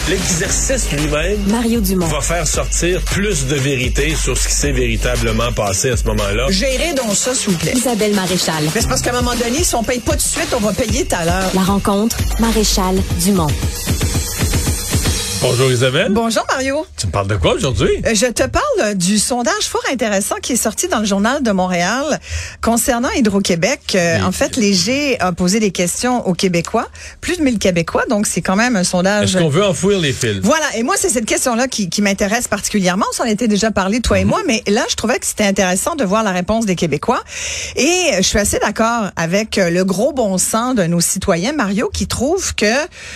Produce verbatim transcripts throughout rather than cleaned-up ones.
L'exercice lui-même Mario Dumont va faire sortir plus de vérité sur ce qui s'est véritablement passé à ce moment-là. Gérez donc ça, s'il vous plaît. Isabelle Maréchal. Mais c'est parce qu'à un moment donné, si on paye pas tout de suite, on va payer tout à l'heure. La rencontre Maréchal Dumont. Bonjour Isabelle. Bonjour Mario. Tu me parles de quoi aujourd'hui? Euh, je te parle du sondage fort intéressant qui est sorti dans le Journal de Montréal concernant Hydro-Québec. Euh, Oui. En fait, Léger a posé des questions aux Québécois, plus de mille Québécois, donc c'est quand même un sondage. Est-ce qu'on veut enfouir les fils? Voilà, et moi, c'est cette question-là qui, qui m'intéresse particulièrement. On s'en était déjà parlé, toi et moi, mais là, je trouvais que c'était intéressant de voir la réponse des Québécois. Et je suis assez d'accord avec le gros bon sens de nos citoyens, Mario, qui trouvent que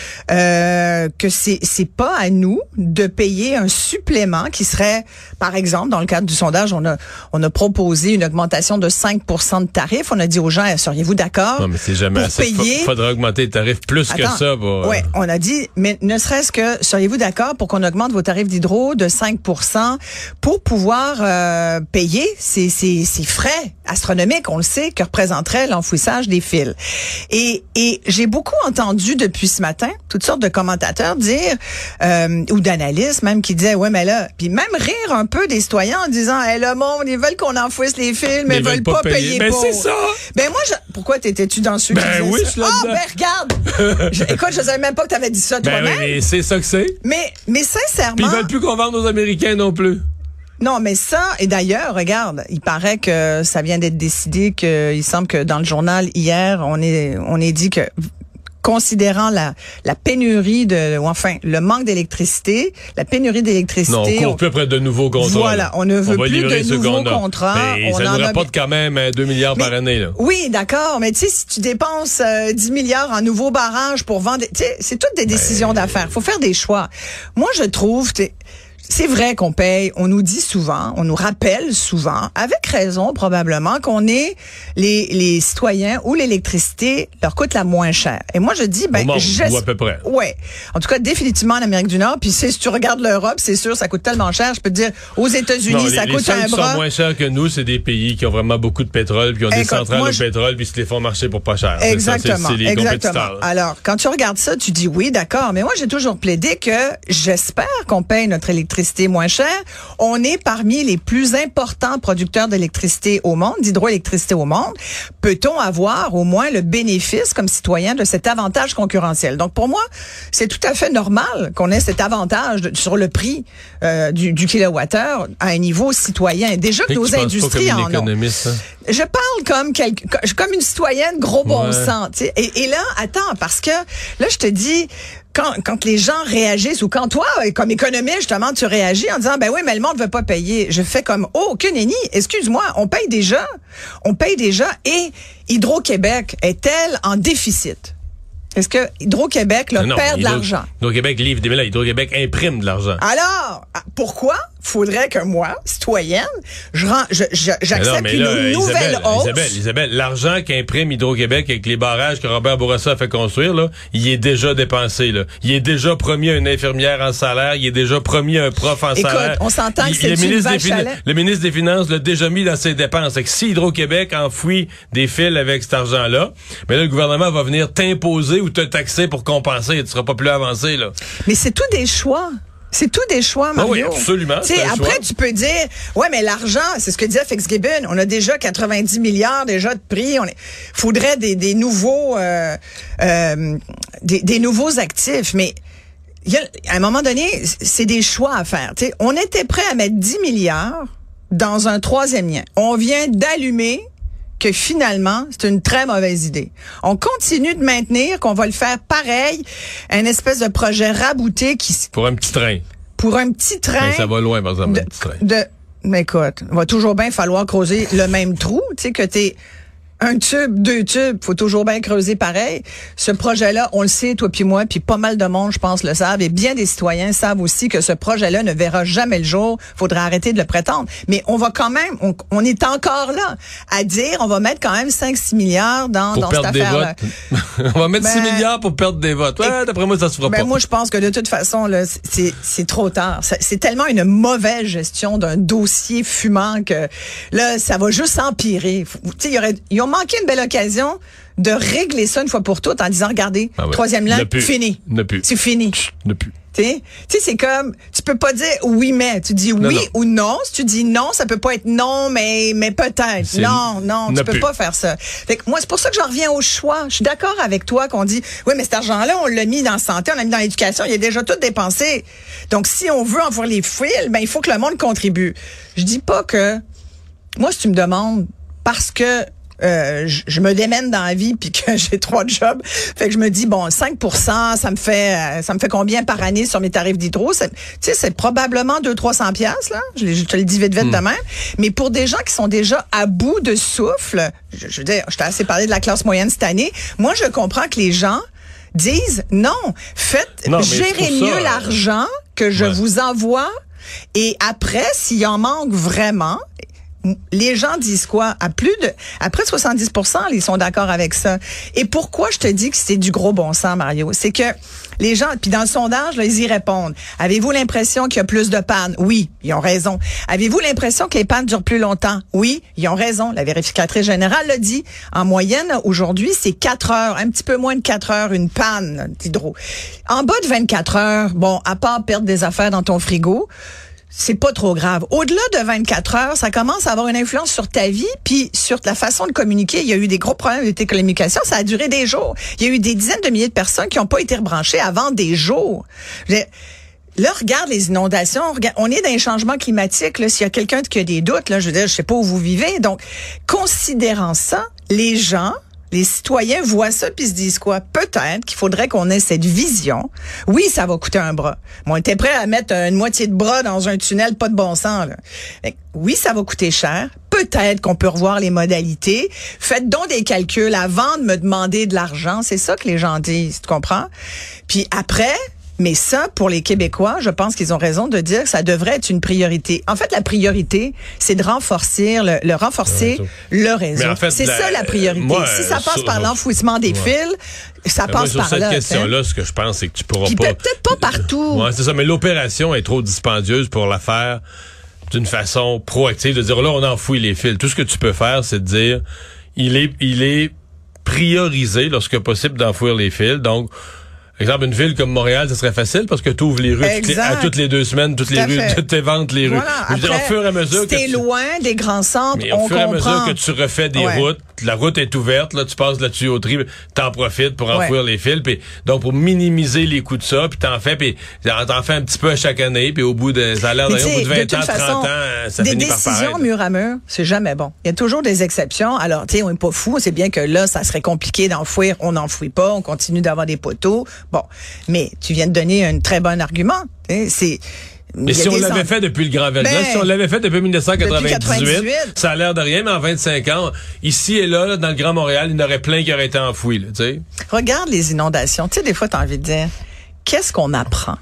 euh, que c'est c'est pas à nous de payer un supplément qui serait, par exemple, dans le cadre du sondage, on a on a proposé une augmentation de cinq pour cent de tarifs. On a dit aux gens, seriez-vous d'accord? Non, mais c'est jamais pour assez. payer... Il faudrait augmenter les tarifs plus Attends, que ça. Pour, ouais, on a dit, mais ne serait-ce que, seriez-vous d'accord pour qu'on augmente vos tarifs d'hydro de cinq pour cent pour pouvoir euh, payer ces, ces, ces frais astronomiques, on le sait, que représenterait l'enfouissage des fils. Et, et j'ai beaucoup entendu depuis ce matin toutes sortes de commentateurs dire, euh, ou d'analystes même, qui disaient, ouais, mais là, puis même rire un peu des citoyens en disant, hey, le monde, ils veulent qu'on enfouisse les fils, mais, mais ils veulent pas, pas payer, payer ben, pour. c'est ça! Ben moi, je... pourquoi t'étais-tu dans ceux ben, qui disaient oui, ça? je Ah, ben regarde! je, écoute, je savais même pas que t'avais dit ça ben toi-même. Oui, mais c'est ça que c'est. Mais, mais sincèrement... Puis ils veulent plus qu'on vende aux Américains non plus. Non, mais ça, et d'ailleurs, regarde, il paraît que ça vient d'être décidé, que il semble que dans le journal hier, on est, on est dit que, considérant la, la pénurie de, ou enfin, le manque d'électricité, la pénurie d'électricité. Non, on court plus après de nouveaux contrats. Voilà, on ne veut on plus de nouveaux contrats. Mais on ça en nous a... rapporte quand même deux milliards mais, par année, là. Oui, d'accord, mais tu sais, si tu dépenses euh, dix milliards en nouveaux barrages pour vendre, tu sais, c'est toutes des décisions ben... d'affaires. Faut faire des choix. Moi, je trouve, c'est vrai qu'on paye, on nous dit souvent, on nous rappelle souvent, avec raison probablement, qu'on est les, les citoyens où l'électricité leur coûte la moins chère. Et moi, je dis, ben, au monde, je, ou à peu près. Ouais. En tout cas, définitivement en Amérique du Nord. Puis si tu regardes l'Europe, c'est sûr, ça coûte tellement cher. Je peux te dire, aux États-Unis, non, ça les, coûte les un qui bras. sont moins chers que nous, c'est des pays qui ont vraiment beaucoup de pétrole, puis qui ont Écoute, des centrales moi, au je... pétrole, puis ils se les font marcher pour pas cher. Exactement. C'est ça, c'est, c'est les exactement. Alors, quand tu regardes ça, tu dis oui, d'accord. Mais moi, j'ai toujours plaidé que j'espère qu'on paye notre électricité moins cher. On est parmi les plus importants producteurs d'électricité au monde, d'hydroélectricité au monde. Peut-on avoir au moins le bénéfice comme citoyen de cet avantage concurrentiel? Donc, pour moi, c'est tout à fait normal qu'on ait cet avantage de, sur le prix euh, du, du kilowattheure à un niveau citoyen. Déjà que et nos tu industries pas comme en une économiste, ont. Hein? Je parle comme quelque, comme une citoyenne gros bon ouais. sens. Tu sais. Et, et là, attends, parce que là, je te dis... Quand, quand les gens réagissent ou quand toi, comme économiste, justement, tu réagis en disant, ben oui, mais le monde ne veut pas payer. Je fais comme, oh, que nenni, excuse-moi, on paye déjà. On paye déjà. Et Hydro-Québec est-elle en déficit? Est-ce que Hydro-Québec là, non, perd de l'argent? Hydro-Québec livre des milliards. Hydro-Québec imprime de l'argent. Alors, pourquoi faudrait que moi, citoyenne, je, rends, je, je j'accepte mais une là, nouvelle Isabelle, hausse? Isabelle, Isabelle, l'argent qu'imprime Hydro-Québec avec les barrages que Robert Bourassa a fait construire, là, il est déjà dépensé. Là. Il est déjà promis à une infirmière en salaire. Il est déjà promis à un prof en Écoute, salaire. on s'entend que il, c'est le une ministre, vache des à fin- lait. le ministre des Finances l'a déjà mis dans ses dépenses. Fait que si Hydro-Québec enfouit des fils avec cet argent-là, mais là, le gouvernement va venir t'imposer ou te taxer pour compenser. Tu seras pas plus avancé, là. Mais c'est tout des choix. C'est tout des choix, Mario. Oh oui, absolument. T'sais, après, choix. Tu peux dire, ouais, mais l'argent, c'est ce que disait Fitzgibbon, on a déjà quatre-vingt-dix milliards déjà de prix. On est, faudrait des, des nouveaux, euh, euh, des, des nouveaux actifs. Mais il y a, à un moment donné, c'est des choix à faire. T'sais, on était prêt à mettre dix milliards dans un troisième lien. On vient d'allumer que finalement, c'est une très mauvaise idée. On continue de maintenir qu'on va le faire pareil, un espèce de projet rabouté qui... Pour un petit train. Pour un petit train... Mais ça va loin, par exemple, de, un petit train. De, mais écoute, il va toujours bien falloir creuser le même trou, tu sais, que t'es... Un tube, deux tubes, faut toujours bien creuser pareil. Ce projet-là, on le sait, toi puis moi, puis pas mal de monde, je pense, le savent, et bien des citoyens savent aussi que ce projet-là ne verra jamais le jour. Faudra arrêter de le prétendre. Mais on va quand même, on, on est encore là à dire, on va mettre quand même cinq six milliards dans, pour dans perdre cette affaire-là. Des votes. On va mettre ben, six milliards pour perdre des votes. Ouais, d'après moi, ça se fera ben pas. Moi, je pense que de toute façon, là, c'est, c'est trop tard. C'est tellement une mauvaise gestion d'un dossier fumant que là, ça va juste empirer. Tu sais, ils ont manqué une belle occasion de régler ça une fois pour toutes en disant, regardez, ah ouais. troisième lien, fini. C'est fini. Ne plus. Tu sais, c'est comme, tu peux pas dire oui mais, tu dis oui non, non. ou non. Si tu dis non, ça peut pas être non, mais mais peut-être. Non, non, tu peux plus. Pas faire ça. Fait que moi, c'est pour ça que j'en reviens au choix. Je suis d'accord avec toi qu'on dit, oui, mais cet argent-là, on l'a mis dans la santé, on l'a mis dans l'éducation, il est déjà tout dépensé. Donc, si on veut en voir les fils, ben il faut que le monde contribue. Je dis pas que, moi, si tu me demandes, parce que Euh, je, je me démène dans la vie puis que j'ai trois jobs. Fait que je me dis bon, cinq pour cent, ça me fait ça me fait combien par année sur mes tarifs d'hydro? Tu sais, c'est probablement deux cents à trois cents piastres là. Je, je te le dis vite vite mmh. de même. Mais pour des gens qui sont déjà à bout de souffle, je, je veux dire, je t'ai assez parlé de la classe moyenne cette année. Moi, je comprends que les gens disent non, faites non, gérez mieux ça, l'argent que je ouais. vous envoie et après, s'il en manque vraiment, les gens disent quoi? À plus de, à près de soixante-dix pour cent, ils sont d'accord avec ça. Et pourquoi je te dis que c'est du gros bon sens, Mario? C'est que les gens, puis dans le sondage, là, ils y répondent. Avez-vous l'impression qu'il y a plus de pannes? Oui, ils ont raison. Avez-vous l'impression que les pannes durent plus longtemps? Oui, ils ont raison. La vérificatrice générale l'a dit. En moyenne, aujourd'hui, c'est quatre heures, un petit peu moins de quatre heures, une panne d'hydro. En bas de vingt-quatre heures, bon, à part perdre des affaires dans ton frigo, c'est pas trop grave. Au-delà de vingt-quatre heures, ça commence à avoir une influence sur ta vie puis sur la façon de communiquer. Il y a eu des gros problèmes de télécommunication. Ça a duré des jours. Il y a eu des dizaines de milliers de personnes qui n'ont pas été rebranchées avant des jours. Là, regarde les inondations. Regarde, on est dans un changement climatique. Là, s'il y a quelqu'un qui a des doutes, là, je veux dire, je sais pas où vous vivez. Donc, considérant ça, les gens... Les citoyens voient ça puis se disent quoi? Peut-être qu'il faudrait qu'on ait cette vision. Oui, ça va coûter un bras. Mais on était prêt à mettre une moitié de bras dans un tunnel, pas de bon sens. Là. Oui, ça va coûter cher. Peut-être qu'on peut revoir les modalités. Faites donc des calculs avant de me demander de l'argent. C'est ça que les gens disent, tu comprends? Puis après... Mais ça, pour les Québécois, je pense qu'ils ont raison de dire que ça devrait être une priorité. En fait, la priorité, c'est de renforcer le, le renforcer le réseau. Le réseau. En fait, c'est la, ça la priorité. Moi, si ça passe sur, par l'enfouissement des ouais. fils, ça mais passe moi, par là. Sur cette question-là, ce que je pense, c'est que tu pourras Puis pas... peut-être pas partout. Ouais, c'est ça, mais l'opération est trop dispendieuse pour la faire d'une façon proactive, de dire là, on enfouit les fils. Tout ce que tu peux faire, c'est de dire, il est, il est priorisé lorsque possible d'enfouir les fils. Donc, par exemple, une ville comme Montréal, ça serait facile parce que tu ouvres les rues toutes les, à toutes les deux semaines, toutes Tout les rues, toutes tes ventes, les rues. Voilà. Après, dire, au fur et à mesure si t'es tu... loin des grands centres, mais on au fur et à comprend. mesure que tu refais des ouais. routes, la route est ouverte, là, tu passes la tuyauterie, t'en profites pour enfouir ouais. les fils, puis donc pour minimiser les coûts de ça, puis t'en fais, puis t'en fais un petit peu à chaque année, puis au bout de, ça a l'air d'ailleurs, au bout de vingt ans, trente ans, ça finit par paraître. Des décisions mur à mur, c'est jamais bon. Il y a toujours des exceptions. Alors, tu sais, on est pas fou, c'est bien que là, ça serait compliqué d'enfouir, on n'enfouit pas, on continue d'avoir des poteaux. Bon, mais tu viens de donner un très bon argument. C'est Mais si on l'avait en... fait depuis le Grand Verdun, ben, si on l'avait fait depuis dix-neuf cent quatre-vingt-dix-huit, ça a l'air de rien, mais en vingt-cinq ans, ici et là, là dans le Grand Montréal, il y en aurait plein qui auraient été enfouis. Là, t'sais. Regarde les inondations. Tu sais, des fois, tu as envie de dire, qu'est-ce qu'on apprend?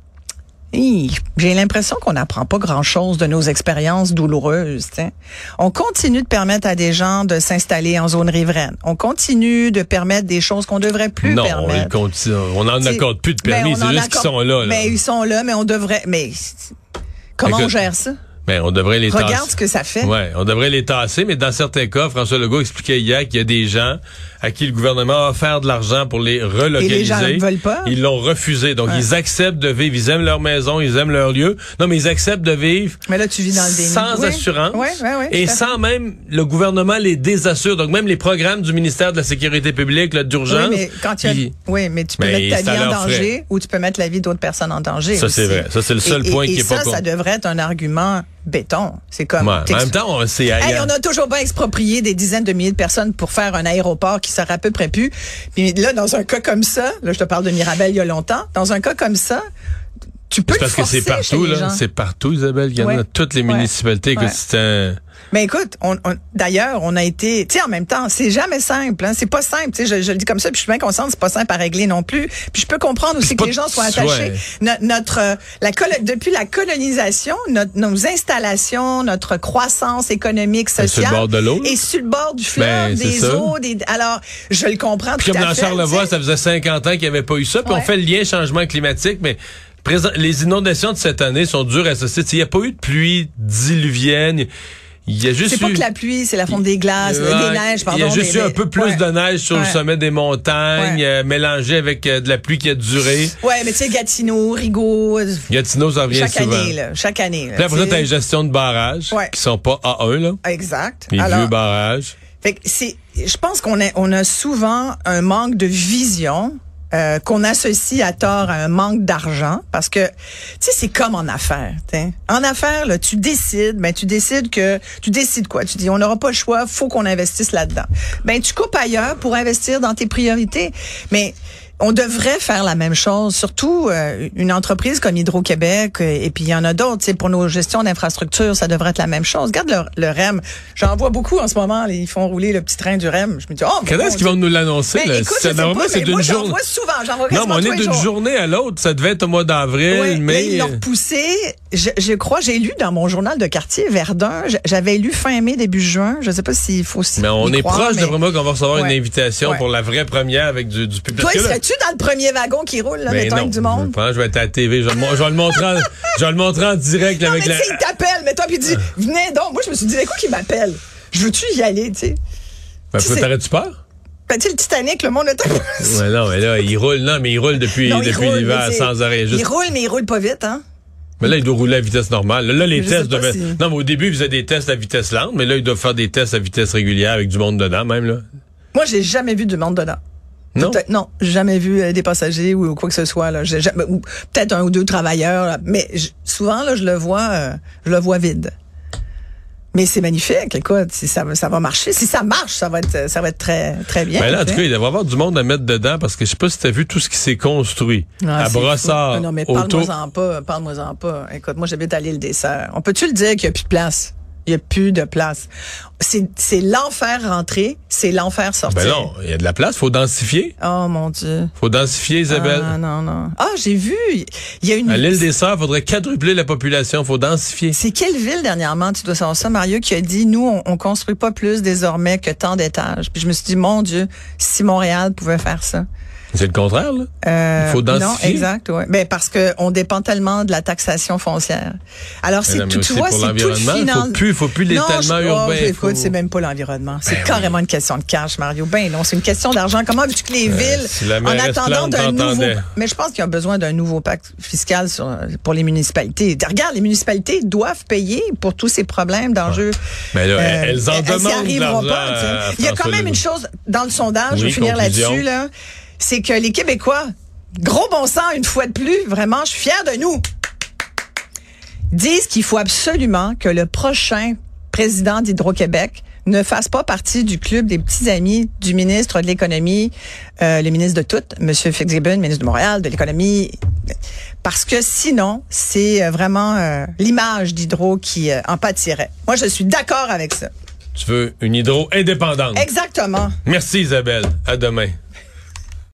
J'ai l'impression qu'on n'apprend pas grand-chose de nos expériences douloureuses. T'sais. On continue de permettre à des gens de s'installer en zone riveraine. On continue de permettre des choses qu'on devrait plus non, permettre. Non, on n'en accorde plus de permis. C'est juste qu'ils sont là. là. Mais ils sont là, mais on devrait... Mais comment Écoute, on gère ça? Ben, on devrait les tasser. Regarde ce que ça fait. Ouais, on devrait les tasser, mais dans certains cas, François Legault expliquait hier qu'il y a des gens à qui le gouvernement a offert de l'argent pour les relocaliser. Et les gens ne veulent pas. Ils l'ont refusé. Donc, ouais. ils acceptent de vivre. Ils aiment leur maison, ils aiment leur lieu. Non, mais ils acceptent de vivre. Mais là, tu vis dans le déni. Sans oui. assurance. Oui, oui, oui, et sans même, le gouvernement les désassure. Donc, même les programmes du ministère de la Sécurité publique, là, d'urgence. Oui, mais quand il y a, ils, oui, mais tu peux mais mettre ta vie en danger frais. Ou tu peux mettre la vie d'autres personnes en danger. Ça, c'est vrai. Ça, c'est le seul et, point et, qui et est ça, pas con. Ça devrait être un argument béton. C'est comme... Ouais, en même temps, on, c'est hey, on a toujours pas exproprié des dizaines de milliers de personnes pour faire un aéroport qui sert à peu près plus. Puis là, dans un cas comme ça, là, je te parle de Mirabel il y a longtemps, dans un cas comme ça, tu peux le forcer. Parce que c'est partout, là. C'est partout, Isabelle. Il y en ouais. a toutes les municipalités ouais. que c'est un... Mais écoute, on, on, d'ailleurs, on a été, tu sais, en même temps, c'est jamais simple, hein, c'est pas simple, tu sais, je, je le dis comme ça, puis je suis bien consciente, c'est pas simple à régler non plus. Puis je peux comprendre aussi que les gens soient attachés. Ouais. No, notre, euh, la colo- depuis la colonisation, notre, nos installations, notre croissance économique, sociale, sur le bord de l'eau, et sur le bord du fleuve, ben, des eaux, des, alors je le comprends puis tout comme à dans fait. Charlevoix, ça faisait cinquante ans qu'il n'y avait pas eu ça, puis ouais. on fait le lien changement climatique, mais Présent, les inondations de cette année sont dures à associer. Il n'y a pas eu de pluie diluvienne. Il y a juste C'est pas eu, que la pluie, c'est la fonte des glaces, Ouais, des neiges, pardon. il y a juste des, eu un des- peu plus ouais. de neige sur Ouais. le sommet des montagnes, Ouais. euh, mélangé avec euh, de la pluie qui a duré. Ouais, mais tu sais, Gatineau, Rigaud, euh, Gatineau, ça revient chaque souvent. année, là, chaque année. là, Puis après ça, tu t'as sais. les gestions de barrages, Ouais. qui sont pas A un, là. Exact. Les Alors, vieux barrages. fait que c'est, je pense qu'on a, on a souvent un manque de vision. Euh, qu'on associe à tort à un manque d'argent, parce que, tu sais, c'est comme en affaires. T'sais. En affaires, là, tu décides, ben tu décides que, tu décides quoi? Tu dis, on n'aura pas le choix, faut qu'on investisse là-dedans. Ben tu coupes ailleurs pour investir dans tes priorités. Mais on devrait faire la même chose, surtout euh, une entreprise comme Hydro-Québec, euh, et puis il y en a d'autres. Tu sais, pour nos gestions d'infrastructures, ça devrait être la même chose. Regarde le, le R E M. J'en vois beaucoup en ce moment. Là, ils font rouler le petit train du R E M. Je me dis, oh, Quand est-ce qu'ils vont nous l'annoncer? Ben, là? écoute, C'est- je sais normalement, pas, c'est mais une moi, j'en journée. vois souvent. J'en vois Non, quasiment mais on tous est les d'une jours. journée à l'autre. Ça devait être au mois d'avril, Oui, mai. mais ils l'ont repoussé. Je, je crois, j'ai lu dans mon journal de quartier, Verdun, j- j'avais lu fin mai, début juin. Je sais pas s'il faut s'y Mais on y est croire, proche, mais- d'après moi, qu'on va recevoir Ouais. une invitation Ouais. pour la vraie première avec du, du public. Toi, Parce que là- serais-tu dans le premier wagon qui roule, là, Ben mettons, non, avec du monde? Je pense que je vais être à la T V. Je vais le, mon- je vais le montrer en, je vais le montrer en direct là, Non, mais avec tu la. sais, il t'appelle, mais toi, puis il dit, venez donc. Moi, je me suis dit, écoute, qu'il m'appelle. Je veux-tu y aller, tu sais? Ben, tu sais, t'aurais-tu peur? Ben, tu sais, le Titanic, le monde est Ouais, non, mais là, il roule. Non, mais il roule depuis, Non, il depuis roule, l'hiver mais c'est- sans arrêt. Juste- Il roule, mais il roule pas vite, hein? Mais là, il doit rouler à vitesse normale. Là, là, les Je tests sais pas devaient. si- Non, mais au début, ils faisaient des tests à vitesse lente, mais là, ils doivent faire des tests à vitesse régulière avec du monde dedans, même, là. Moi, j'ai jamais vu du monde dedans. Non? Peut-être- Non, j'ai jamais vu euh, des passagers ou quoi que ce soit. Là. J'ai jamais- ou peut-être un ou deux travailleurs, là. Mais j- souvent, là, je le vois, euh, je le vois vide. Mais c'est magnifique, écoute, si ça, va- ça va marcher. Si ça marche, ça va être, ça va être très, très bien. Ben là, en tu tout sais. cas, il devrait y avoir du monde à mettre dedans parce que je sais pas si t'as vu tout ce qui s'est construit. Ah, à c'est Brossard, fou. Non, mais autour. parle-moi-en pas, parle-moi-en pas. Écoute, moi, j'habite à l'île des Sœurs. On peut-tu le dire qu'il n'y a plus de place? Il n'y a plus de place. C'est, c'est l'enfer rentrer, c'est l'enfer sortir. Ben non, il y a de la place, faut densifier. Oh, mon Dieu. Faut densifier, Isabelle. Ah, non, non. Ah, j'ai vu. Il y a une. À l'île des Sœurs, il faudrait quadrupler la population, faut densifier. C'est quelle ville dernièrement, tu dois savoir ça, Mario, qui a dit, nous, on, on construit pas plus désormais que tant d'étages. Puis je me suis dit, mon Dieu, si Montréal pouvait faire ça. C'est le contraire, là. Euh, Il faut densifier. Non, exact, ouais. Ben, parce que on dépend tellement de la taxation foncière. Alors, c'est non, mais tout, aussi tu vois, pour c'est tout le l'environnement, finance. faut plus- faut plus Non, l'étalement je- urbain, oh, écoute, faut- c'est même pas l'environnement. C'est Ben carrément une question de cash, Mario. Ben non, c'est une question d'argent. Comment veux-tu que les villes, si la en mairesse attendant Plante d'un nouveau, t'entendait. mais je pense qu'il y a besoin d'un nouveau pacte fiscal sur, pour les municipalités. Regarde, les municipalités doivent payer pour tous ces problèmes d'enjeux. Mais là, elles- elles en elles y demandent de arriveront l'argent pas, tu sais. à Il y a quand François même une Legault. chose dans le sondage, je Oui, vais finir conclusion. là-dessus, là. C'est que les Québécois, gros bon sens, une fois de plus, vraiment, je suis fière de nous, disent qu'il faut absolument que le prochain président d'Hydro-Québec ne fasse pas partie du club des petits amis du ministre de l'Économie, euh, le ministre de tout, M. Fitzgibbon, ministre de Montréal, de l'Économie, parce que sinon, c'est euh, vraiment euh, l'image d'Hydro qui euh, en pâtirait. Moi, je suis d'accord avec ça. Tu veux une hydro indépendante. Exactement. Merci, Isabelle. À demain.